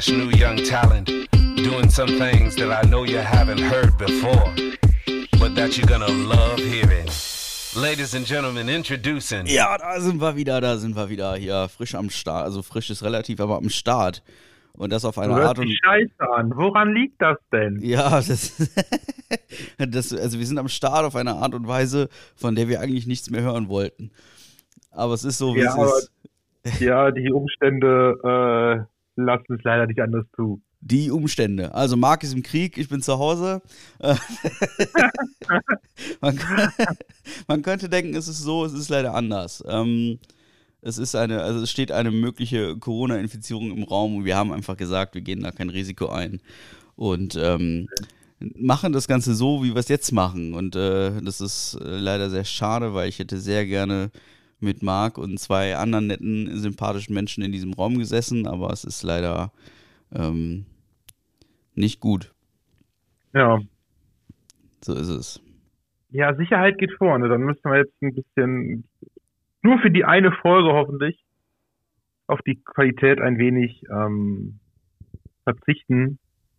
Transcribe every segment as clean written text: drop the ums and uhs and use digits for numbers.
fresh new young talent doing some things that I know you haven't heard before, but that you're gonna love hearing. Ladies and Gentlemen, introducing. Ja, da sind wir wieder. Hier frisch am Start. Also frisch ist relativ, aber am Start. Und das auf eine Art und Weise. Scheiße an. Woran liegt das denn? Ja, also wir sind am Start auf eine Art und Weise, von der wir eigentlich nichts mehr hören wollten. Aber es ist so, wie es ist. Ja, die Umstände lassen es leider nicht anders zu. Die Umstände. Also Marc ist im Krieg, ich bin zu Hause. Man könnte denken, es ist so, es ist leider anders. Es steht eine mögliche Corona-Infizierung im Raum und wir haben einfach gesagt, wir gehen da kein Risiko ein und machen das Ganze so, wie wir es jetzt machen. Und das ist leider sehr schade, weil ich hätte sehr gerne mit Marc und zwei anderen netten, sympathischen Menschen in diesem Raum gesessen, aber es ist leider nicht gut. Ja. So ist es. Ja, Sicherheit geht vorne. Dann müssen wir jetzt ein bisschen, nur für die eine Folge hoffentlich, auf die Qualität ein wenig verzichten.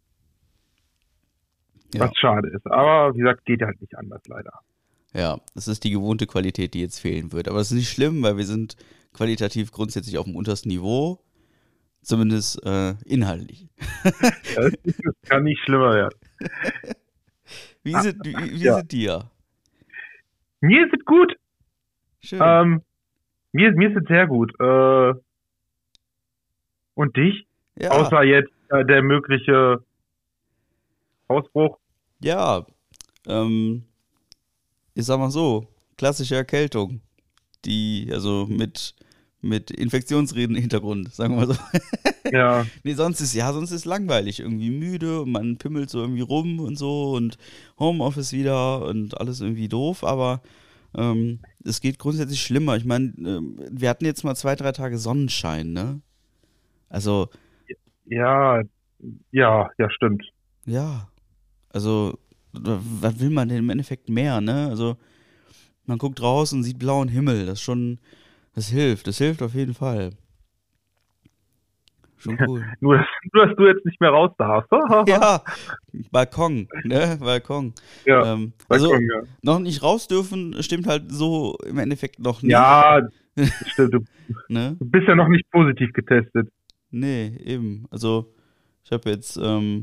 Ja. Was schade ist. Aber wie gesagt, geht halt nicht anders leider. Ja, das ist die gewohnte Qualität, die jetzt fehlen wird. Aber es ist nicht schlimm, weil wir sind qualitativ grundsätzlich auf dem untersten Niveau. Zumindest inhaltlich. Ja, das kann nicht schlimmer werden. Wie sind dir? Mir ist es gut. Schön. Mir ist es sehr gut. Und dich? Ja. Außer jetzt der mögliche Ausbruch. Ja, ich sag mal so, klassische Erkältung, die, also mit Infektionsreden-Hintergrund, sagen wir mal so. Ja. Nee, sonst ist langweilig, irgendwie müde und man pimmelt so irgendwie rum und so und Homeoffice wieder und alles irgendwie doof, aber es geht grundsätzlich schlimmer. Ich meine, wir hatten jetzt mal 2-3 Tage Sonnenschein, ne? Also. Ja, stimmt. Ja, also, was will man denn im Endeffekt mehr, ne? Also, man guckt raus und sieht blauen Himmel, das hilft auf jeden Fall. Schon cool. Nur, dass du jetzt nicht mehr raus darfst. Ja, Balkon, ne? Balkon. Ja, also, Balkon, ja. noch nicht raus dürfen, stimmt halt so im Endeffekt noch nicht. Ja, stimmt. Ne? Du bist ja noch nicht positiv getestet. Nee, eben. Also, ich habe jetzt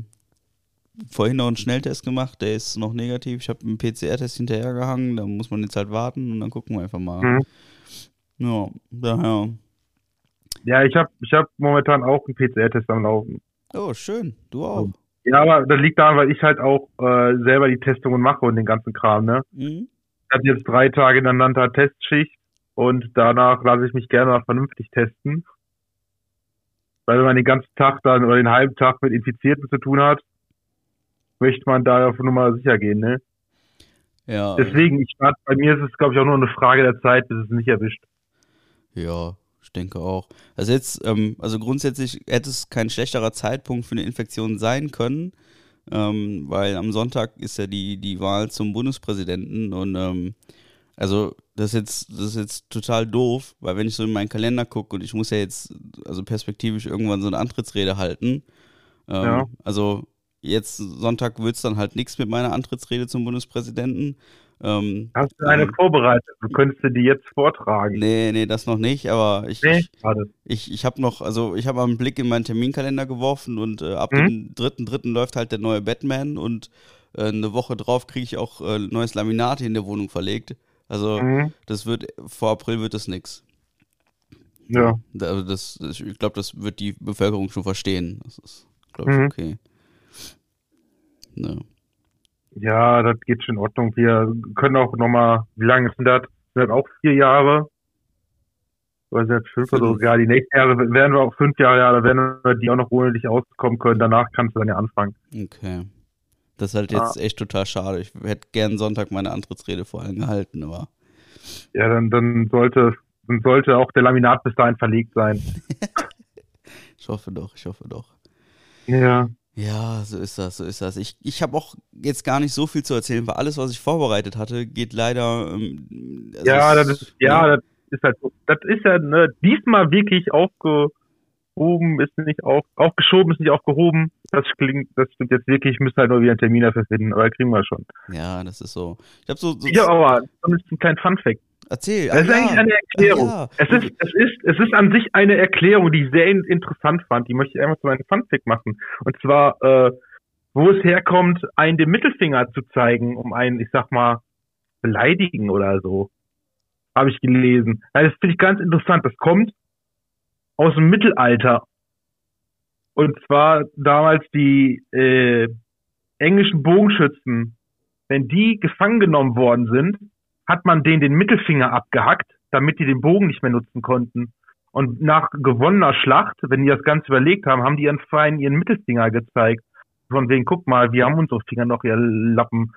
vorhin noch einen Schnelltest gemacht, der ist noch negativ. Ich habe einen PCR-Test hinterhergehangen, da muss man jetzt halt warten und dann gucken wir einfach mal. Mhm. Ja, daher. Ja, ich hab momentan auch einen PCR-Test am Laufen. Oh, schön. Du auch. Ja, aber das liegt daran, weil ich halt auch selber die Testungen mache und den ganzen Kram, ne? Mhm. Ich hatte jetzt 3 Tage ineinander Testschicht und danach lasse ich mich gerne mal vernünftig testen. Weil wenn man den ganzen Tag dann oder den halben Tag mit Infizierten zu tun hat, möchte man da auf Nummer sicher gehen, ne? Ja. Deswegen, bei mir ist es, glaube ich, auch nur eine Frage der Zeit, bis es mich erwischt. Ja, ich denke auch. Also jetzt, also grundsätzlich hätte es kein schlechterer Zeitpunkt für eine Infektion sein können, weil am Sonntag ist ja die Wahl zum Bundespräsidenten und also das ist jetzt total doof, weil wenn ich so in meinen Kalender gucke und ich muss ja jetzt also perspektivisch irgendwann so eine Antrittsrede halten, Ja. also jetzt Sonntag wird es dann halt nichts mit meiner Antrittsrede zum Bundespräsidenten. Hast du eine vorbereitet? Du könntest die jetzt vortragen. Nee, das noch nicht, aber Schade. ich habe noch, also ich habe mal einen Blick in meinen Terminkalender geworfen und ab dem 3.3. läuft halt der neue Batman und eine Woche drauf kriege ich auch neues Laminat in der Wohnung verlegt. Also vor April wird das nix. Ja. Ich glaube, das wird die Bevölkerung schon verstehen. Das ist, glaube ich, okay. Ne. Ja, das geht schon in Ordnung. Wir können auch nochmal, wie lange sind das? Sind das auch 4 Jahre? Oder sind das 5 oder so? Ja, die nächsten Jahre werden wir auch 5 Jahre, ja, da werden wir die auch noch ohne dich auskommen können. Danach kannst du dann ja anfangen. Okay. Das ist halt jetzt echt total schade. Ich hätte gern Sonntag meine Antrittsrede vor allem gehalten, aber. Ja, dann sollte auch der Laminat bis dahin verlegt sein. Ich hoffe doch. Ja. Ja, so ist das. Ich habe auch jetzt gar nicht so viel zu erzählen, weil alles, was ich vorbereitet hatte, geht leider. Das ist halt so. Das ist ja diesmal wirklich aufgehoben ist nicht aufgeschoben ist nicht aufgehoben. Das stimmt jetzt wirklich. Ich müsste halt nur wieder einen Termin dafür finden, aber kriegen wir schon. Ja, das ist so. Ich habe Ja, aber das ist ein kleiner Funfact. Erzähl. Das ist eigentlich eine Erklärung. Ja. Es ist an sich eine Erklärung, die ich sehr interessant fand. Die möchte ich einfach zu meinem Funfact machen. Und zwar, wo es herkommt, einen den Mittelfinger zu zeigen, um einen, ich sag mal, beleidigen oder so. Habe ich gelesen. Ja, das finde ich ganz interessant. Das kommt aus dem Mittelalter. Und zwar damals die englischen Bogenschützen, wenn die gefangen genommen worden sind, hat man denen den Mittelfinger abgehackt, damit die den Bogen nicht mehr nutzen konnten. Und nach gewonnener Schlacht, wenn die das Ganze überlegt haben, haben die ihren Feinden ihren Mittelfinger gezeigt. Von wegen, guck mal, wir haben unsere Finger noch, ihr Lappen.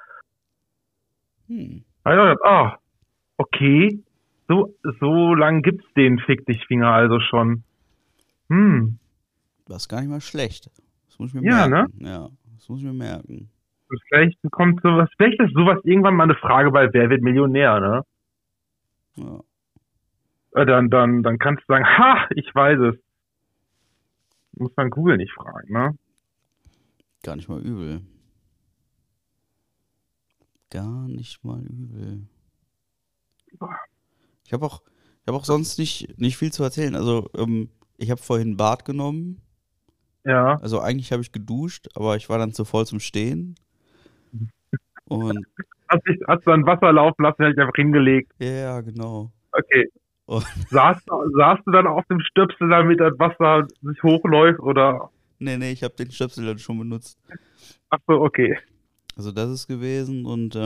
Also, okay. So lang gibt's den Fick dich Finger also schon. Das ist gar nicht mal schlecht. Das muss ich mir Ja, merken. Ne? Ja, das muss ich mir merken. Vielleicht ist sowas irgendwann mal eine Frage bei Wer wird Millionär, ne? Ja. Dann kannst du sagen, ha, ich weiß es. Muss man Google nicht fragen, ne? Gar nicht mal übel. Gar nicht mal übel. Ich habe auch sonst nicht viel zu erzählen. Also, ich habe vorhin ein Bad genommen. Ja. Also eigentlich habe ich geduscht, aber ich war dann zu voll zum Stehen. Und Hast du ein Wasser laufen lassen, hätte ich einfach hingelegt. ja, genau. Okay. Und Saßt du dann auf dem Stöpsel, damit das Wasser sich hochläuft, oder? nee, ich habe den Stöpsel dann schon benutzt. Ach so, okay. Also das ist gewesen und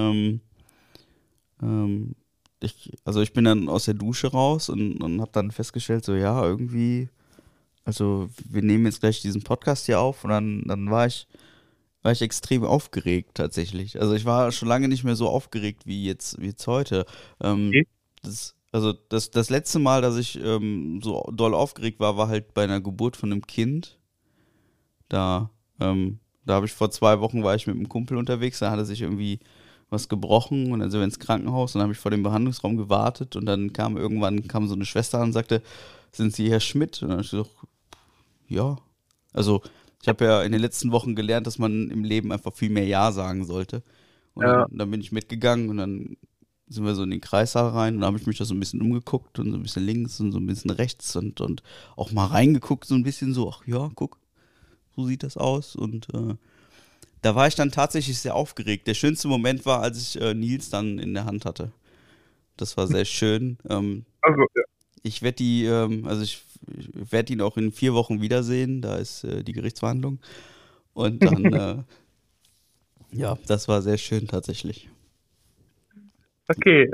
ich bin dann aus der Dusche raus und habe dann festgestellt, so ja, irgendwie, also wir nehmen jetzt gleich diesen Podcast hier auf und dann war ich extrem aufgeregt tatsächlich. Also ich war schon lange nicht mehr so aufgeregt wie jetzt heute. Okay. Das letzte Mal, dass ich so doll aufgeregt war halt bei einer Geburt von einem Kind. Da habe ich vor 2 Wochen war ich mit einem Kumpel unterwegs, da hat er sich irgendwie was gebrochen und dann sind wir ins Krankenhaus und dann habe ich vor dem Behandlungsraum gewartet und dann kam so eine Schwester an und sagte, sind Sie Herr Schmidt? Und dann habe ich gesagt, ja. Also ich habe ja in den letzten Wochen gelernt, dass man im Leben einfach viel mehr Ja sagen sollte. Und dann bin ich mitgegangen und dann sind wir so in den Kreissaal rein und dann habe ich mich da so ein bisschen umgeguckt und so ein bisschen links und so ein bisschen rechts und auch mal reingeguckt, so ein bisschen so, ach ja, guck, so sieht das aus. Und da war ich dann tatsächlich sehr aufgeregt. Der schönste Moment war, als ich Nils dann in der Hand hatte. Das war sehr schön. Also, ja. Ich werde ich werde ihn auch in 4 Wochen wiedersehen. Da ist die Gerichtsverhandlung. Und dann, ja, das war sehr schön tatsächlich. Okay.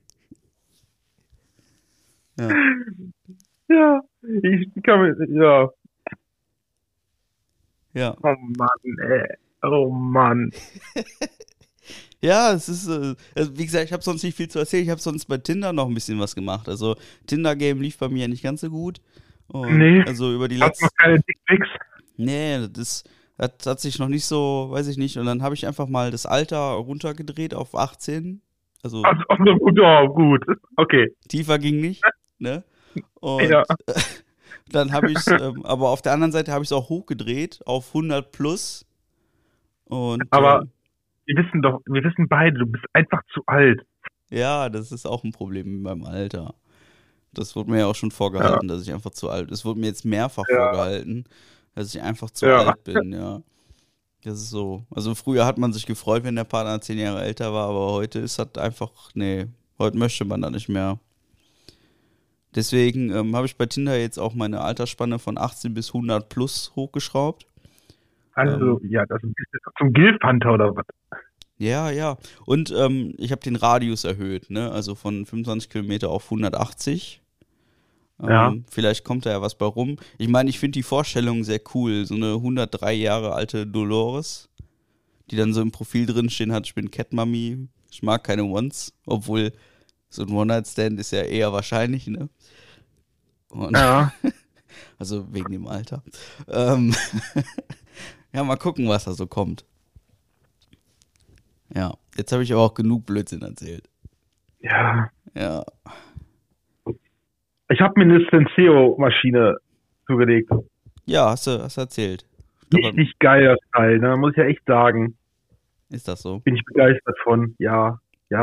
Ja. Ja, ich kann mir, ja. Ja. Oh Mann, ey. Oh Mann. Ja, es ist, also wie gesagt, ich habe sonst nicht viel zu erzählen. Ich habe sonst bei Tinder noch ein bisschen was gemacht. Also Tinder-Game lief bei mir ja nicht ganz so gut. Und Nee. also über die Hast letzten. noch keine Dickpics? Nee, das hat sich noch nicht so, weiß ich nicht. Und dann habe ich einfach mal das Alter runtergedreht auf 18. Also Gut. Okay. tiefer ging nicht. Ne? Und Ja. dann habe ich aber auf der anderen Seite habe ich es auch hochgedreht auf 100 plus. Und Aber wir wissen beide, du bist einfach zu alt. ja, das ist auch ein Problem in meinem Alter. Das wurde mir ja auch schon vorgehalten, dass ich einfach zu alt bin. Es wurde mir jetzt mehrfach vorgehalten, dass ich einfach zu alt bin, ja. Das ist so. Also früher hat man sich gefreut, wenn der Partner 10 Jahre älter war, aber heute ist das einfach, nee, heute möchte man da nicht mehr. Deswegen habe ich bei Tinder jetzt auch meine Altersspanne von 18 bis 100 plus hochgeschraubt. Also, ja, das ist zum Gilf-Hunter oder was? Ja. Und ich habe den Radius erhöht, ne? Also von 25 Kilometer auf 180. Ja. Vielleicht kommt da ja was bei rum. Ich meine, ich finde die Vorstellung sehr cool. So eine 103 Jahre alte Dolores, die dann so im Profil drin stehen hat, ich bin Cat-Mami, ich mag keine Ones, obwohl so ein One-Night-Stand ist ja eher wahrscheinlich, ne? Und Ja. also wegen dem Alter. Ja, mal gucken, was da so kommt. Ja, jetzt habe ich aber auch genug Blödsinn erzählt. Ja. Ja. Ich habe mir eine Senseo-Maschine zugelegt. Ja, hast du erzählt. Aber Richtig geil, das Teil, ne? Muss ich ja echt sagen. ist das so? Bin ich begeistert von. Ja.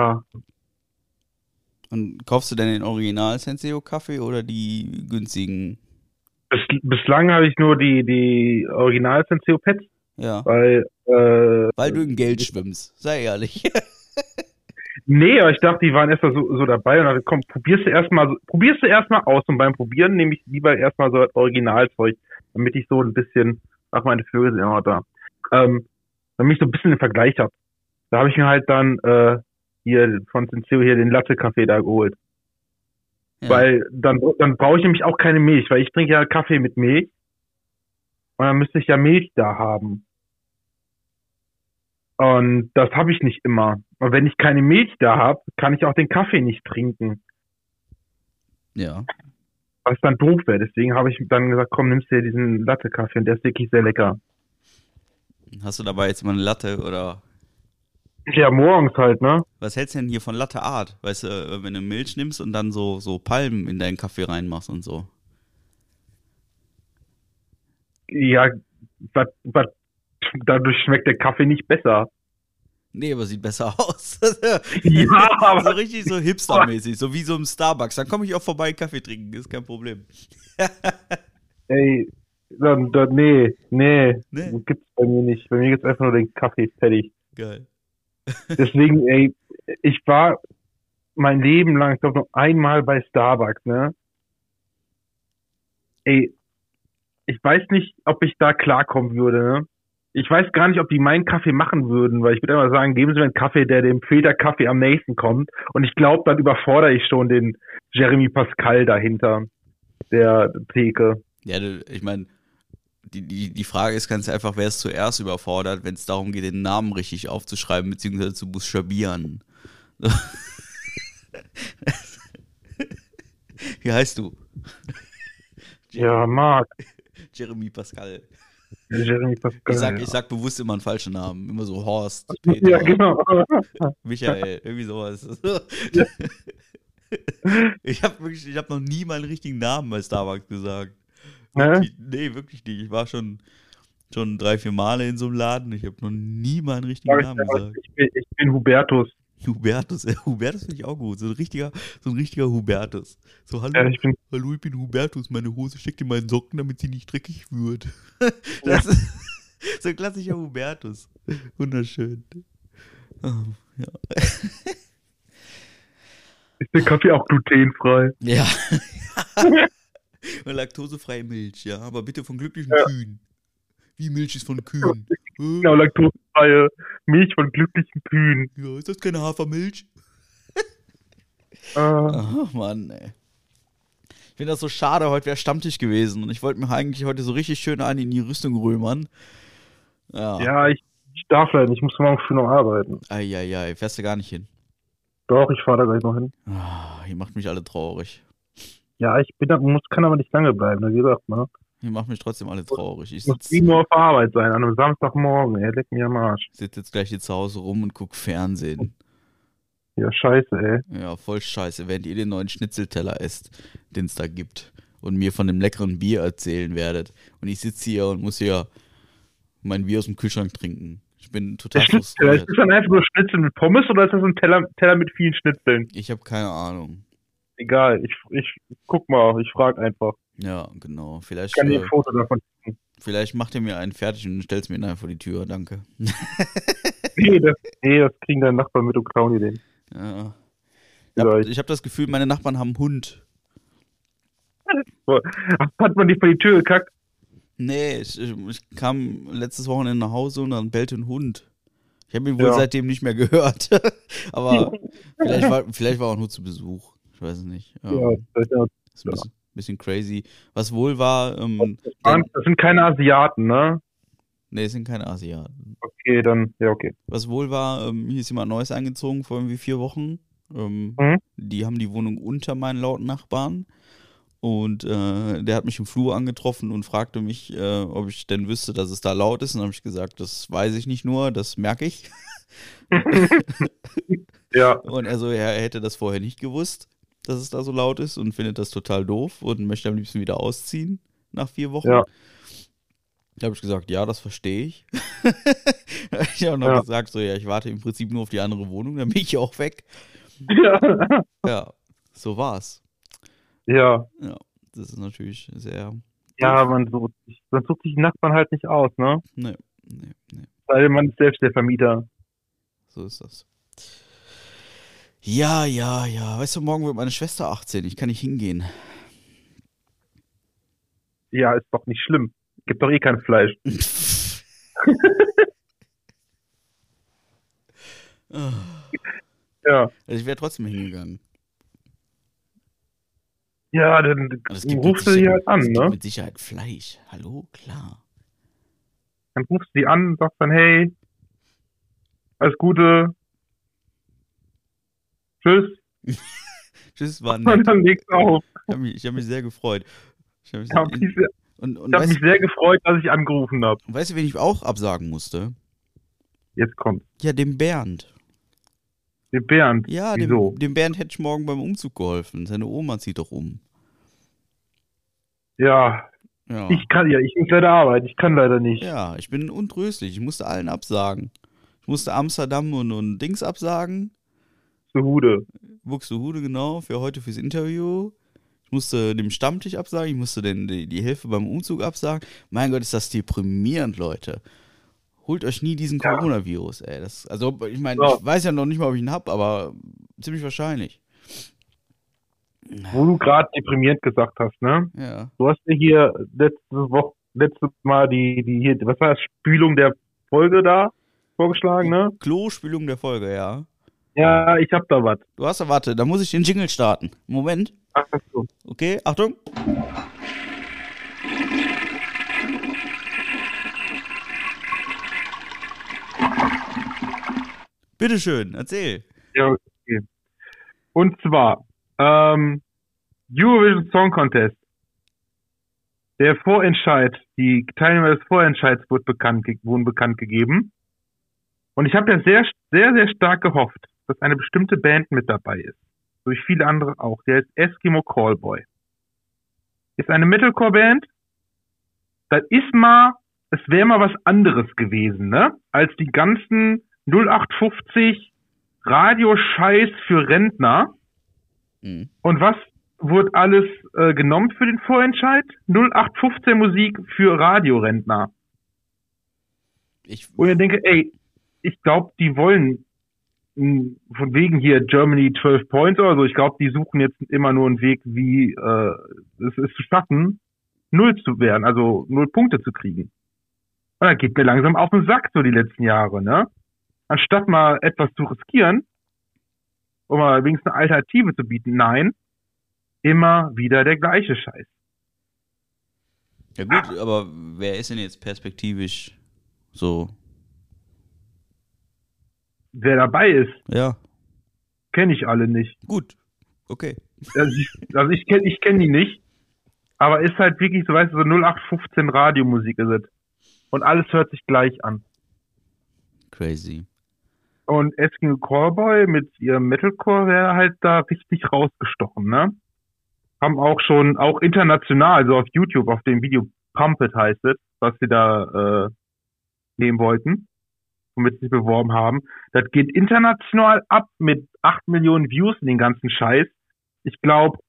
Und kaufst du denn den Original Senseo-Kaffee oder die günstigen? Bislang habe ich nur die Original Senseo Pads, Ja, weil weil du im Geld schwimmst, sei ehrlich. nee, aber ich dachte, die waren erst mal so dabei und dachte, komm, probierst du erstmal aus und beim Probieren nehme ich lieber erstmal so das Originalzeug, damit ich so ein bisschen, ach, meine Vögel sind immer noch da, damit ich so ein bisschen den Vergleich habe. Da habe ich mir halt dann hier von Senseo hier den Latte-Kaffee da geholt. Ja. Weil dann brauche ich nämlich auch keine Milch, weil ich trinke ja Kaffee mit Milch und dann müsste ich ja Milch da haben. Und das habe ich nicht immer. Und wenn ich keine Milch da habe, kann ich auch den Kaffee nicht trinken, Ja. was dann doof wäre. Deswegen habe ich dann gesagt, komm, nimmst dir diesen Latte-Kaffee und der ist wirklich sehr lecker. Hast du dabei jetzt mal eine Latte oder Ja, morgens halt, ne? was hältst du denn hier von Latte Art? Weißt du, wenn du Milch nimmst und dann so Palmen in deinen Kaffee reinmachst und so. Ja, dadurch schmeckt der Kaffee nicht besser. Nee, aber sieht besser aus. Ja, aber So richtig so hipstermäßig, so wie so im Starbucks. Dann komme ich auch vorbei, Kaffee trinken, ist kein Problem. ey, nee, Nee? gibt's bei mir nicht. Bei mir gibt's einfach nur den Kaffee fertig. Geil. Deswegen, ey, ich war mein Leben lang, ich glaube, nur einmal bei Starbucks, ne? Ey, ich weiß nicht, ob ich da klarkommen würde, ne? Ich weiß gar nicht, ob die meinen Kaffee machen würden, weil ich würde immer sagen, geben Sie mir einen Kaffee, der dem Filterkaffee am nächsten kommt. Und ich glaube, dann überfordere ich schon den Jeremy Pascal dahinter, der Theke. Ja, ich meine, die Frage ist ganz einfach, wer ist zuerst überfordert, wenn es darum geht, den Namen richtig aufzuschreiben, beziehungsweise zu buchstabieren. Wie heißt du? Ja, Marc, Jeremy Pascal. Jeremy Pascal. Ich sag bewusst immer einen falschen Namen. Immer so Horst, Ja, Peter, genau. Michael, irgendwie sowas. Ja. Ich habe noch nie meinen richtigen Namen bei Starbucks gesagt. Ne? Nee, wirklich nicht. Ich war schon 3-4 Male in so einem Laden. Ich habe noch nie meinen richtigen Sag ich Namen dir was, gesagt. ich bin Hubertus. Hubertus, Hubertus finde ich auch gut. So ein richtiger Hubertus. So, hallo, Ja, ich bin ich bin Hubertus. Meine Hose steckt in meinen Socken, damit sie nicht dreckig wird. Das ist so ein klassischer Hubertus. Wunderschön. Oh, ja. Ist der Kaffee auch glutenfrei? Ja. Und laktosefreie Milch, ja, aber bitte von glücklichen Kühen. Wie Milch ist von Kühen? Genau, laktosefreie Milch von glücklichen Kühen. Ja, ist das keine Hafermilch? Äh, Oh Mann, ey. Ich finde das so schade, heute wäre Stammtisch gewesen und ich wollte mir eigentlich heute so richtig schön einen in die Rüstung römern. Ja. ja, ich darf leider nicht, ich muss morgen früh noch arbeiten. Eieiei, fährst du gar nicht hin. Doch, ich fahre da gleich noch hin. Ihr macht mich alle traurig. Ja, kann aber nicht lange bleiben, wie gesagt, ne? Ihr macht mich trotzdem alle traurig. Ich Ich muss 7 Uhr auf der Arbeit sein, an einem Samstagmorgen, ey, leck mir am Arsch. sitz jetzt gleich hier zu Hause rum und guck Fernsehen. Ja, scheiße, ey. Ja, voll scheiße, während ihr den neuen Schnitzelteller esst, den es da gibt und mir von dem leckeren Bier erzählen werdet. Und ich sitze hier und muss hier mein Bier aus dem Kühlschrank trinken. Ich bin total Ist das dann einfach nur Schnitzel mit Pommes oder ist das ein Teller mit vielen Schnitzeln? Ich habe keine Ahnung. Egal, ich guck mal, ich frag einfach. Ja, genau. Ich kann dir ein Foto davon schicken. Vielleicht macht ihr mir einen fertig und stellt mir ihn einfach vor die Tür. Danke. Nee, das kriegen deine Nachbarn mit und klauen die den. Ja. Vielleicht. Ich habe das Gefühl, meine Nachbarn haben einen Hund. Hat man die vor die Tür gekackt? Nee, ich kam letztes Wochenende nach Hause und dann bellte ein Hund. Ich habe ihn wohl seitdem nicht mehr gehört. Aber vielleicht war auch nur zu Besuch. Ich weiß es nicht. Ja, Ist ein bisschen crazy. Was wohl war. das sind keine Asiaten, ne? Nee, es sind keine Asiaten. Okay, dann, ja, okay. Was wohl war, hier ist jemand Neues eingezogen vor irgendwie 4 Wochen. Die haben die Wohnung unter meinen lauten Nachbarn. Und der hat mich im Flur angetroffen und fragte mich, ob ich denn wüsste, dass es da laut ist. Und dann habe ich gesagt, das weiß ich nicht nur, das merke ich. Ja. Und er hätte das vorher nicht gewusst, dass es da so laut ist und findet das total doof und möchte am liebsten wieder ausziehen. nach 4 Wochen. Ja. Da habe ich gesagt, ja, das verstehe ich. Ich habe noch gesagt, so, ja, ich warte im Prinzip nur auf die andere Wohnung, dann bin ich auch weg. Ja. Ja, so war's. Ja. Ja, das ist natürlich sehr. Ja, man sucht sich die Nachbarn halt nicht aus, ne? Nee. Weil man ist selbst der Vermieter. So ist das. Ja. Weißt du, morgen wird meine Schwester 18. Ich kann nicht hingehen. Ja, ist doch nicht schlimm. Gibt doch eh kein Fleisch. Ja. Also ich wäre trotzdem hingegangen. Ja, dann rufst du sie halt an, es gibt ne? mit Sicherheit Fleisch. Hallo, klar. Dann rufst du sie an und sagst dann, hey, alles Gute. Tschüss. Tschüss, war Und nett. dann legst du auf. Ich hab mich sehr gefreut. Ich habe mich, Ich habe mich, und hab mich sehr gefreut, dass ich angerufen habe. weißt du, wen ich auch absagen musste? Jetzt kommt Ja, dem Bernd. der Bernd. Ja, Wieso? dem Bernd hätte ich morgen beim Umzug geholfen. Seine Oma zieht doch um. Ja, Ja. ich muss leider arbeiten. Ich kann leider nicht. Ja, ich bin untröstlich. Ich musste allen absagen. Ich musste Amsterdam und Dings absagen. Zu Hude. Buxtehude, genau, für heute fürs Interview. Ich musste dem Stammtisch absagen. Ich musste die Hilfe beim Umzug absagen. Mein Gott, ist das deprimierend, Leute. Holt euch nie diesen Coronavirus, ey. Also, ich meine, Ja. ich weiß ja noch nicht mal, ob ich ihn hab, aber ziemlich wahrscheinlich. Wo du gerade deprimierend gesagt hast, ne? Ja. Du hast mir hier letztes Mal die hier, was war das, Spülung der Folge da vorgeschlagen, ne? Klospülung der Folge, ja. Ja, ich hab da was. Du hast ja, warte, da muss ich den Jingle starten. Moment. Ach so. Okay, Achtung. Bitteschön, erzähl. Ja, okay. Und zwar, Eurovision Song Contest. Der Vorentscheid, die Teilnehmer des Vorentscheids wurden bekannt gegeben. Und ich habe ja sehr, sehr, sehr stark gehofft, dass eine bestimmte Band mit dabei ist. So wie viele andere auch. Der ist Eskimo Callboy. Ist eine Metalcore-Band. Es wäre mal was anderes gewesen, ne? Als die ganzen 0850 Radioscheiß für Rentner. Mhm. Und was wurde alles genommen für den Vorentscheid? 0815 Musik für Radiorentner. Und ich denke, ey, ich glaube, die wollen von wegen hier Germany 12 Points oder so, ich glaube, die suchen jetzt immer nur einen Weg, wie es zu schaffen, 0 zu werden, also 0 Punkte zu kriegen. Und da geht mir langsam auf den Sack so die letzten Jahre, ne? Anstatt mal etwas zu riskieren, um mal wenigstens eine Alternative zu bieten, nein, immer wieder der gleiche Scheiß. Ja gut, aber wer ist denn jetzt perspektivisch so? Wer dabei ist, Ja, kenne ich alle nicht. gut, okay. Also ich kenn die nicht, aber ist halt wirklich so, weißt du, so 0815 Radiomusik ist es. Und alles hört sich gleich an. Crazy. Und Eskimo Callboy mit ihrem Metalcore wäre halt da richtig rausgestochen, ne? Haben auch international, so auf YouTube, auf dem Video Pump It heißt es, was sie da nehmen wollten, womit sie sich beworben haben. Das geht international ab mit 8 Millionen Views in den ganzen Scheiß. Ich glaube,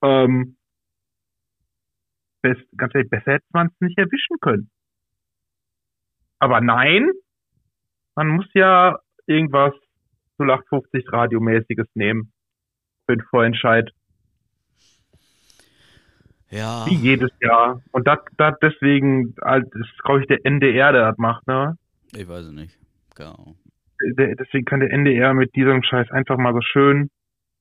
ganz ehrlich, besser hätte man es nicht erwischen können. Aber nein, man muss ja irgendwas 0850 Radiomäßiges nehmen für den Vorentscheid. Ja. Wie jedes Jahr. Und das deswegen, ist, glaube ich, der NDR, der das macht, ne? Ich weiß es nicht. Genau. Deswegen kann der NDR mit diesem Scheiß einfach mal so schön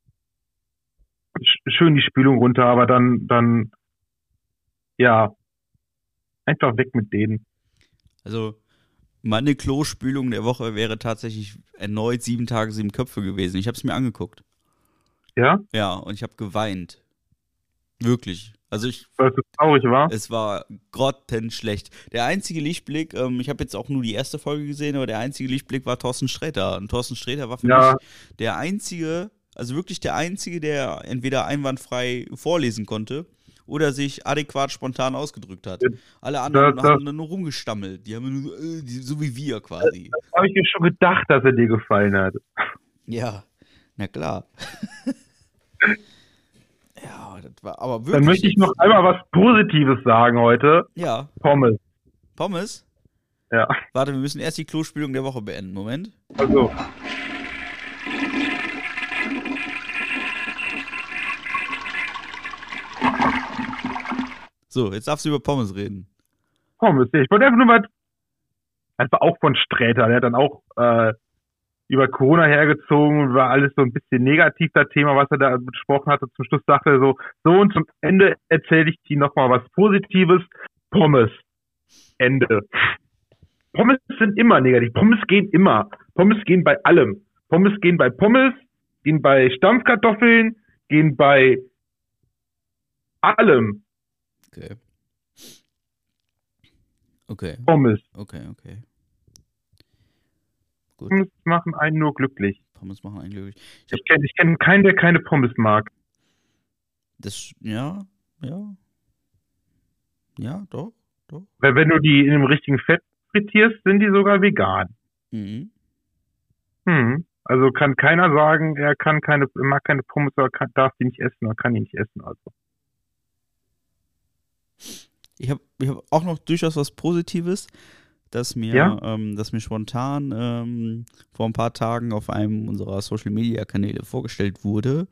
die Spülung runter, aber dann, ja, einfach weg mit denen. Also, meine Klospülung der Woche wäre tatsächlich erneut 7 Tage, 7 Köpfe gewesen. Ich habe es mir angeguckt. Ja? Ja, und ich habe geweint. Wirklich. Also Weil es so traurig war. es war grottenschlecht. Der einzige Lichtblick, ich habe jetzt auch nur die erste Folge gesehen, aber der einzige Lichtblick war Thorsten Sträter. Und Thorsten Sträter war für mich der einzige, also wirklich der einzige, der entweder einwandfrei vorlesen konnte oder sich adäquat spontan ausgedrückt hat. Alle anderen haben nur rumgestammelt. Die haben nur, so wie wir quasi. Das habe ich mir schon gedacht, dass er dir gefallen hat. Ja, na klar. Ja, das war aber wirklich. Dann möchte ich noch einmal was Positives sagen heute. Ja. Pommes. Pommes? Ja. Warte, wir müssen erst die Klospülung der Woche beenden. Moment. Also. So, jetzt darfst du über Pommes reden. Pommes, ich wollte einfach nur mal. Das war auch von Sträter, der hat dann auch über Corona hergezogen und war alles so ein bisschen negativ, das Thema, was er da besprochen hatte. Zum Schluss sagte er so und zum Ende erzähle ich dir nochmal was Positives. Pommes. Ende. Pommes sind immer negativ. Pommes gehen immer. Pommes gehen bei allem. Pommes gehen bei Pommes, gehen bei Stampfkartoffeln, gehen bei allem. Okay. Pommes. Okay. Gut. Pommes machen einen nur glücklich. Pommes machen einen glücklich. Ich kenn keinen, der keine Pommes mag. Das, ja, doch. Weil wenn du die in dem richtigen Fett frittierst, sind die sogar vegan. Mhm. Also kann keiner sagen, er mag keine Pommes oder darf die nicht essen oder kann die nicht essen. Also. Ich hab auch noch durchaus was Positives, dass mir spontan vor ein paar Tagen auf einem unserer Social-Media-Kanäle vorgestellt wurde.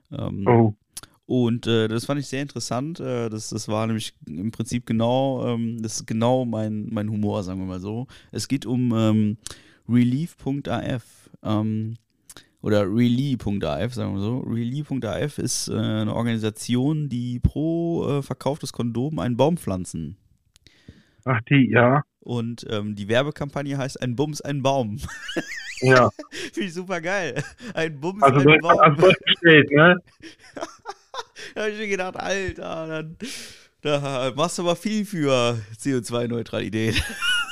Und das fand ich sehr interessant. Das war nämlich im Prinzip das ist genau mein Humor, sagen wir mal so. Es geht um Relief.af oder Really.af, sagen wir so. Really.af ist eine Organisation, die pro verkauftes Kondom einen Baum pflanzen. Ach, ja. Und die Werbekampagne heißt Ein Bums, ein Baum. Ja. Finde ich super geil. Ein Bums, also ein Baum. Also gestellt, ne? Da habe ich mir gedacht, Alter, da machst du aber viel für CO2-Neutralität.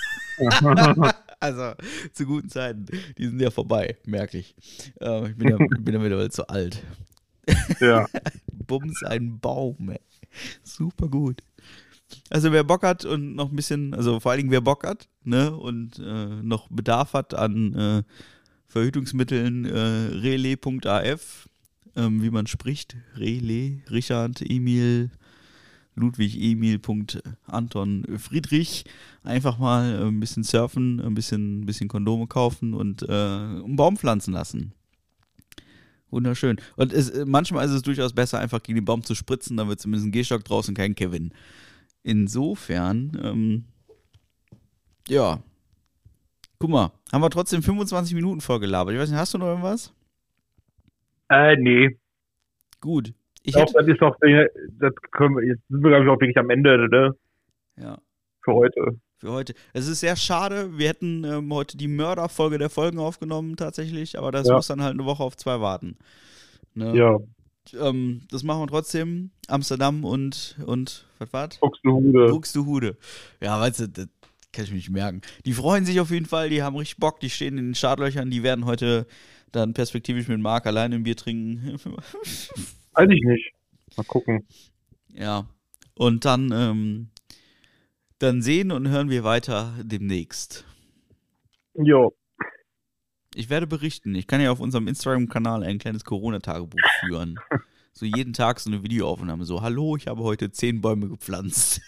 Also, zu guten Zeiten. Die sind ja vorbei, merke ich. Ich bin ja mittlerweile zu alt. Ja. Bums, ein Baum, ey. Super gut. Also wer Bock hat und noch ein bisschen, also vor allen Dingen wer Bock hat, ne, und noch Bedarf hat an Verhütungsmitteln, relais.af, wie man spricht, Relais, Richard, Emil, Ludwig, Emil, Anton, Friedrich, einfach mal ein bisschen surfen, ein bisschen Kondome kaufen und einen Baum pflanzen lassen. Wunderschön. Und manchmal ist es durchaus besser, einfach gegen den Baum zu spritzen, dann wird zumindest ein Gehstock draus und kein Kevin. Insofern, ja. Guck mal, haben wir trotzdem 25 Minuten vorgelabert. Ich weiß nicht, hast du noch irgendwas? Nee. Gut. Jetzt sind wir, glaube ich, auch wirklich am Ende, ne? Ja. Für heute. Es ist sehr schade. Wir hätten heute die Mörderfolge der Folgen aufgenommen, tatsächlich, aber das muss dann halt eine Woche auf 2 warten. Ne? Ja. Das machen wir trotzdem. Amsterdam und was war's? Buxtehude. Ja, weißt du, das kann ich mir nicht merken. Die freuen sich auf jeden Fall, die haben richtig Bock, die stehen in den Startlöchern, die werden heute dann perspektivisch mit Marc alleine ein Bier trinken. Weiß ich nicht. Mal gucken. Ja. Und dann sehen und hören wir weiter demnächst. Jo. Ich werde berichten. Ich kann ja auf unserem Instagram-Kanal ein kleines Corona-Tagebuch führen. So jeden Tag so eine Videoaufnahme. So, hallo, ich habe heute 10 Bäume gepflanzt.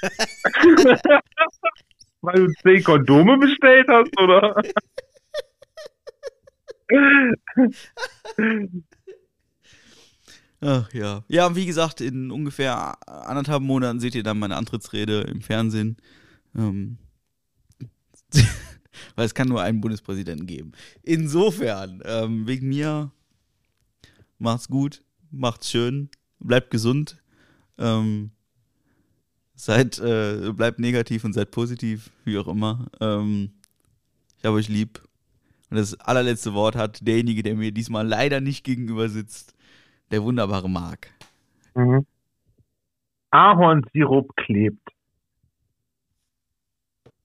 Weil du 10 Kondome bestellt hast, oder? Ach ja. Ja, und wie gesagt, in ungefähr 1,5 Monaten seht ihr dann meine Antrittsrede im Fernsehen. Weil es kann nur einen Bundespräsidenten geben. Insofern, wegen mir, macht's gut, macht's schön, bleibt gesund, bleibt negativ und seid positiv, wie auch immer. Ich habe euch lieb. Und das allerletzte Wort hat derjenige, der mir diesmal leider nicht gegenüber sitzt, der wunderbare Marc. Ahornsirup klebt.